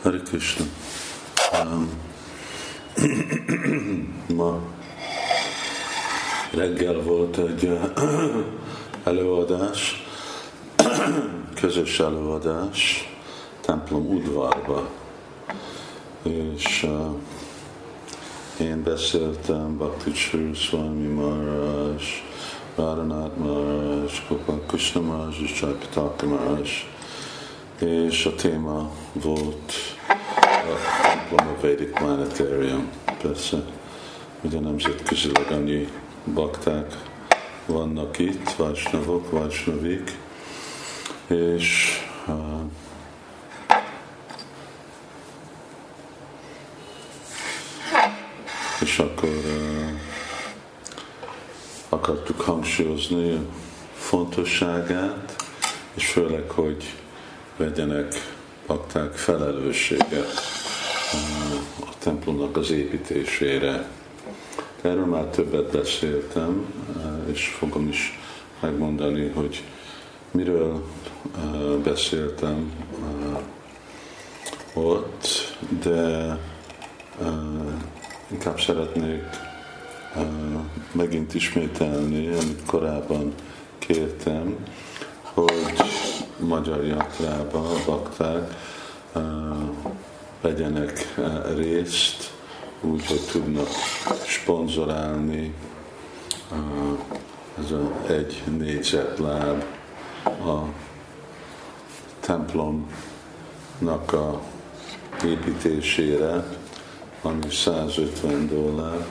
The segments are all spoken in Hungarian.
Hare Krishna. Ma reggel volt egy előadás, közös előadás templom udvarba, és én beszéltem Bhakti Sri Swami Maharaj, Radhanath Maharaj, Gopal Krishna Maharaj és Jayapataka Maharaj, és a téma volt a templom a Vedic Planetarium. Persze, ugye nemzetközileg annyi bakták vannak itt, vajsnavok, vajsnavik, és akkor akartuk hangsúlyozni a fontosságát, és főleg, hogy vegyenek bakták felelősséget a templomnak az építésére. Erről már többet beszéltem, és fogom is megmondani, hogy miről beszéltem ott, de inkább szeretnék megint ismételni, amit korábban kértem, hogy magyar jatrába a bakták vegyenek részt, úgy, hogy tudnak szponzorálni ez a 1 négyzetláb a templomnak a építésére, ami $150.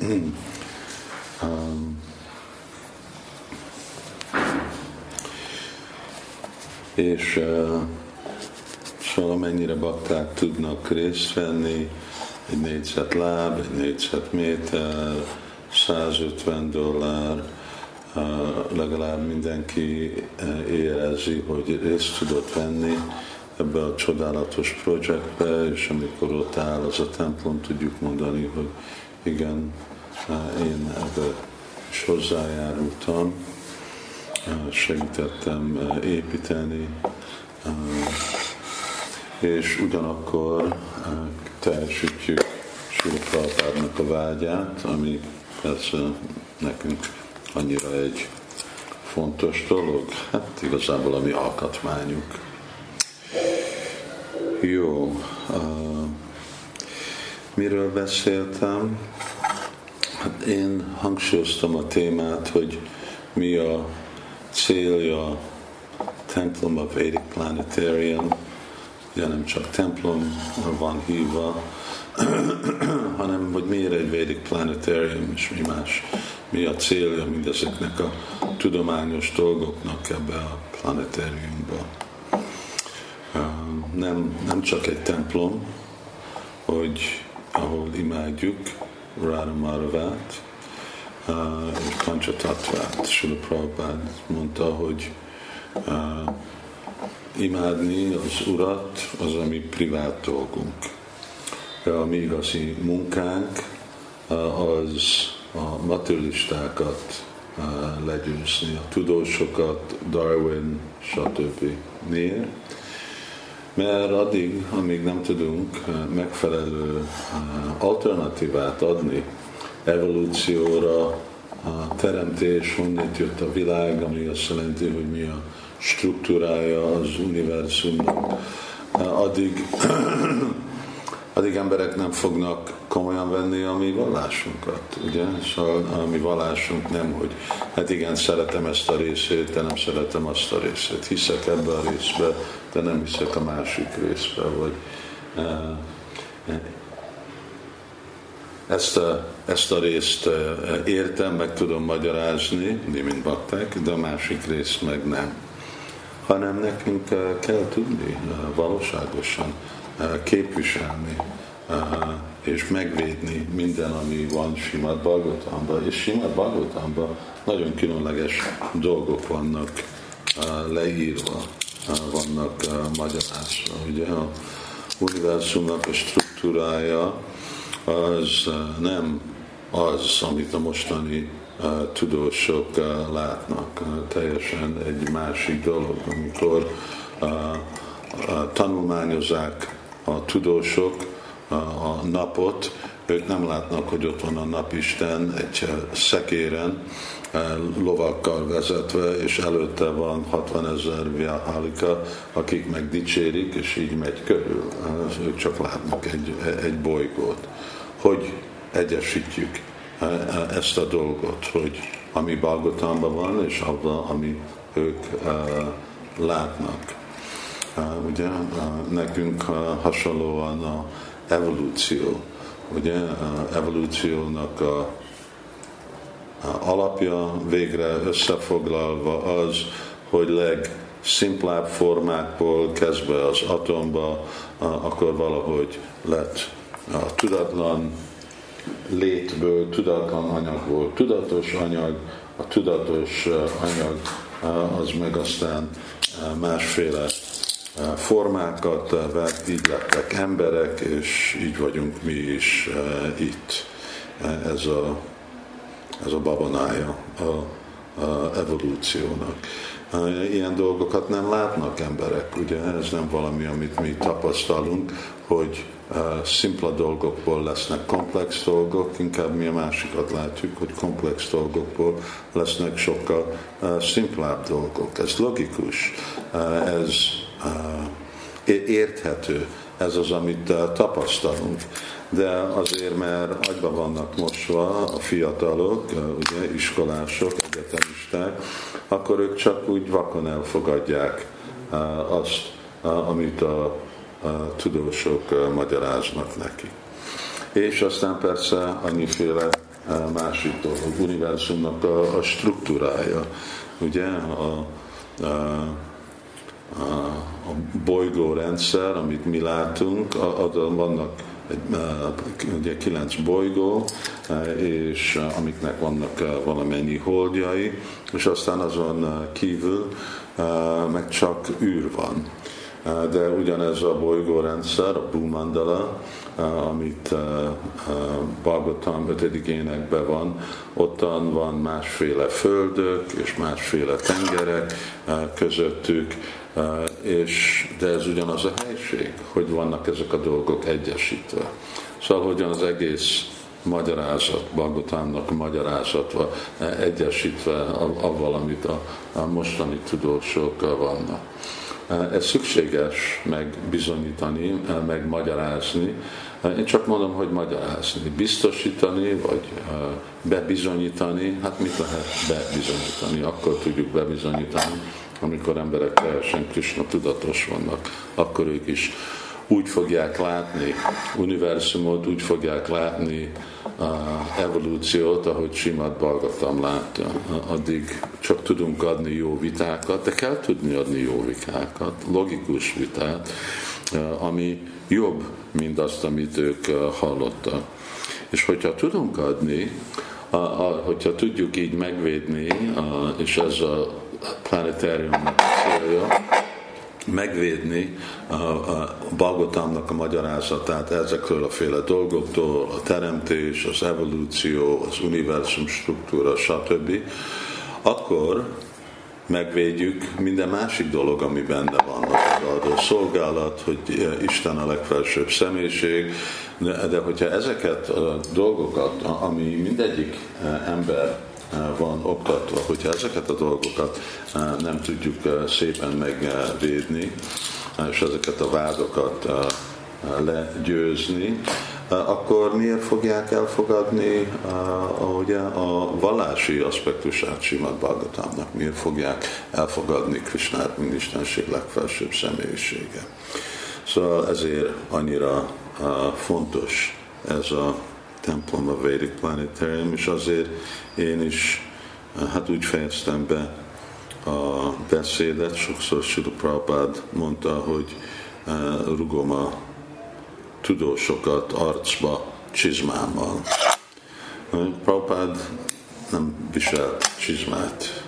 És szóval amennyire bakták tudnak részt venni, 1 négyzetláb, 1 négyzetméter, $150, legalább mindenki érezi, hogy részt tudott venni ebbe a csodálatos projektbe, és amikor ott áll az a templom, tudjuk mondani, hogy igen, én ebbe is hozzájárultam, segítettem építeni, és ugyanakkor teljesítjük Srila Prabhupádnak a vágyát, ami persze nekünk annyira egy fontos dolog, hát igazából a mi alkotmányunk. Jó, miről beszéltem? Hát én hangsúlyoztam a témát, hogy mi a célja a templom a Vedic Planetarium, ugye nem csak templom van hívva, hanem hogy miért egy Vedic Planetarium, és mi a célja mindezeknek a tudományos dolgoknak ebbe a planetáriumba. Nem csak egy templom, hogy ahol imádjuk Radha Madhavát és Panchatatvát. Srila Prabhupád mondta, hogy imádni az Urat az a mi privát dolgunk. A mi igazi munkánk az a materialistákat legyőzni, a tudósokat, Darwin, stb. Miért? Mert addig, amíg nem tudunk megfelelő alternatívát adni evolúcióra, a teremtés, honnét jött a világ, ami azt jelenti, hogy mi a struktúrája az univerzumnak, addig emberek nem fognak komolyan venni a mi vallásunkat, ugye? Szóval a mi vallásunk nem, hogy hát igen, szeretem ezt a részét, de nem szeretem azt a részét. Hiszek ebbe a részbe, de nem hiszek a másik részbe, vagy ezt a részt értem, meg tudom magyarázni, mint bakták, de a másik részt meg nem. Hanem nekünk kell tudni valóságosan képviselni és megvédni minden, ami van Srimad Bhagavatamban. És Srimad Bhagavatamban nagyon különleges dolgok vannak leírva, vannak magyarázva. Ugye a univerzumnak a struktúrája az nem az, amit a mostani tudósok látnak. Teljesen egy másik dolog, amikor tanulmányozzák a tudósok a napot, ők nem látnak, hogy ott van a napisten egy szekéren, lovakkal vezetve, és előtte van 60 000 vihalika, akik meg dicsérik, és így megy körül. Ők csak látnak egy bolygót. Hogy egyesítjük ezt a dolgot, hogy ami Bhagavatamban van, és abban, ami ők látnak. Ugye nekünk hasonlóan az evolúció. Ugye evolúciónak a alapja végre összefoglalva az, hogy legszimplább formákból kezdve az atomba, akkor valahogy lett a tudatlan létből, tudatlan anyagból tudatos anyag, a tudatos anyag az meg aztán másféle formákat vett, így lettek emberek, és így vagyunk mi is itt. Ez a babonája a evolúciónak. Ilyen dolgokat nem látnak emberek, ugye ez nem valami, amit mi tapasztalunk, hogy szimpla dolgokból lesznek komplex dolgok, inkább mi a másikat látjuk, hogy komplex dolgokból lesznek sokkal szimplább dolgok. Ez logikus, ez érthető, ez az, amit tapasztalunk. De azért, mert agyba vannak mosva a fiatalok, ugye, iskolások, egyetemisták, akkor ők csak úgy vakon elfogadják azt, amit a tudósok magyaráznak neki. És aztán persze annyiféle másik dolog, univerzumnak a struktúrája, ugye, a bolygórendszer, amit mi látunk, azon vannak ugye 9 bolygó, és amiknek vannak valamennyi holdjai, és aztán azon kívül meg csak űr van. De ugyanez a bolygórendszer, a Bhumandala, amit Bhagavatam 5. énekben van, ottan van másféle földök és másféle tengerek közöttük, de ez ugyanaz a helység, hogy vannak ezek a dolgok egyesítve. Szóval hogyan az egész magyarázat, Bhagavatamnak a magyarázatva egyesítve avval, amit a mostani tudósok vannak. Ez szükséges megbizonyítani, megmagyarázni. Én csak mondom, hogy magyarázni. Biztosítani, vagy bebizonyítani, hát mit lehet bebizonyítani? Akkor tudjuk bebizonyítani, amikor emberek teljesen Krishna tudatos vannak, akkor ők is úgy fogják látni univerzumot, úgy fogják látni evolúciót, ahogy Srimad Bhagavatam látja. Addig csak tudunk adni jó vitákat, de kell tudni adni jó vitákat, logikus vitát, ami jobb, mint azt, amit ők hallottak. És hogyha tudunk adni, hogyha tudjuk így megvédni, és ez a planetáriumnak célja, megvédni a Bhagavatamnak a magyarázatát ezekről a féle dolgoktól, a teremtés, az evolúció, az univerzum struktúra, stb., akkor megvédjük minden másik dolog, ami benne van, az adó szolgálat, hogy Isten a legfelsőbb személyiség, de hogyha ezeket a dolgokat, ami mindegyik ember van oktatva, hogyha ezeket a dolgokat nem tudjuk szépen megvédni, és ezeket a vádokat legyőzni, akkor miért fogják elfogadni ugye, a vallási aspektusát Srimad Bhagavatamnak, miért fogják elfogadni Krishnát, mint Istenség legfelsőbb személyisége. Szóval ezért annyira fontos ez a templom, a Vedic Planetarium, és azért én is hát úgy fejeztem be a beszédet, sokszor Srila Prabhupád mondta, hogy rugom a tudósokat arcba csizmámmal. Prabhupád nem viselt csizmát.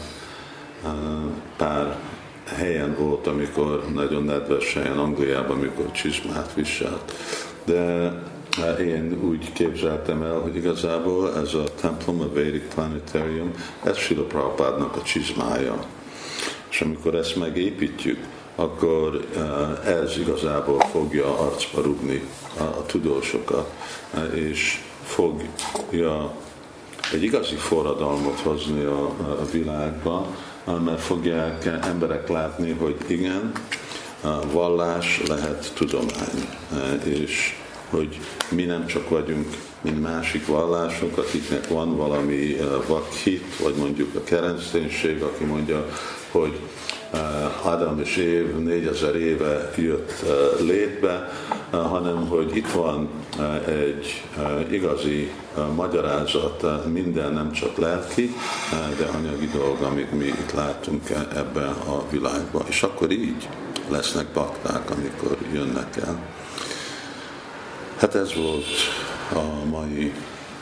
Pár helyen volt, amikor nagyon nedves helyen, Angliában, amikor csizmát viselt. De én úgy képzeltem el, hogy igazából ez a templom, a Vedic Planetarium, ez Srila Prabhupádnak a csizmája. És amikor ezt megépítjük, akkor ez igazából fogja arcba rúgni a tudósokat, és fogja egy igazi forradalmat hozni a világba, mert fogják emberek látni, hogy igen, vallás lehet tudomány, és hogy mi nem csak vagyunk, mint másik vallások, akiknek van valami vakhit, vagy mondjuk a kereszténység, aki mondja, hogy Ádám és Év 4000 éve jött létbe, hanem hogy itt van egy igazi magyarázat, minden nem csak lelki, de anyagi dolog, amit mi itt látunk ebben a világban. És akkor így lesznek bakták, amikor jönnek el. Hát ez volt a mai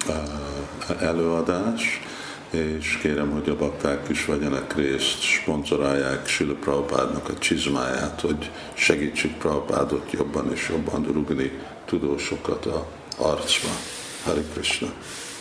előadás, és kérem, hogy a bakták is vegyenek részt, szponzorálják Srila Prabhupádnak a csizmáját, hogy segítsük Prabhupádot jobban és jobban rúgni tudósokat az arcba. Hare Krishna!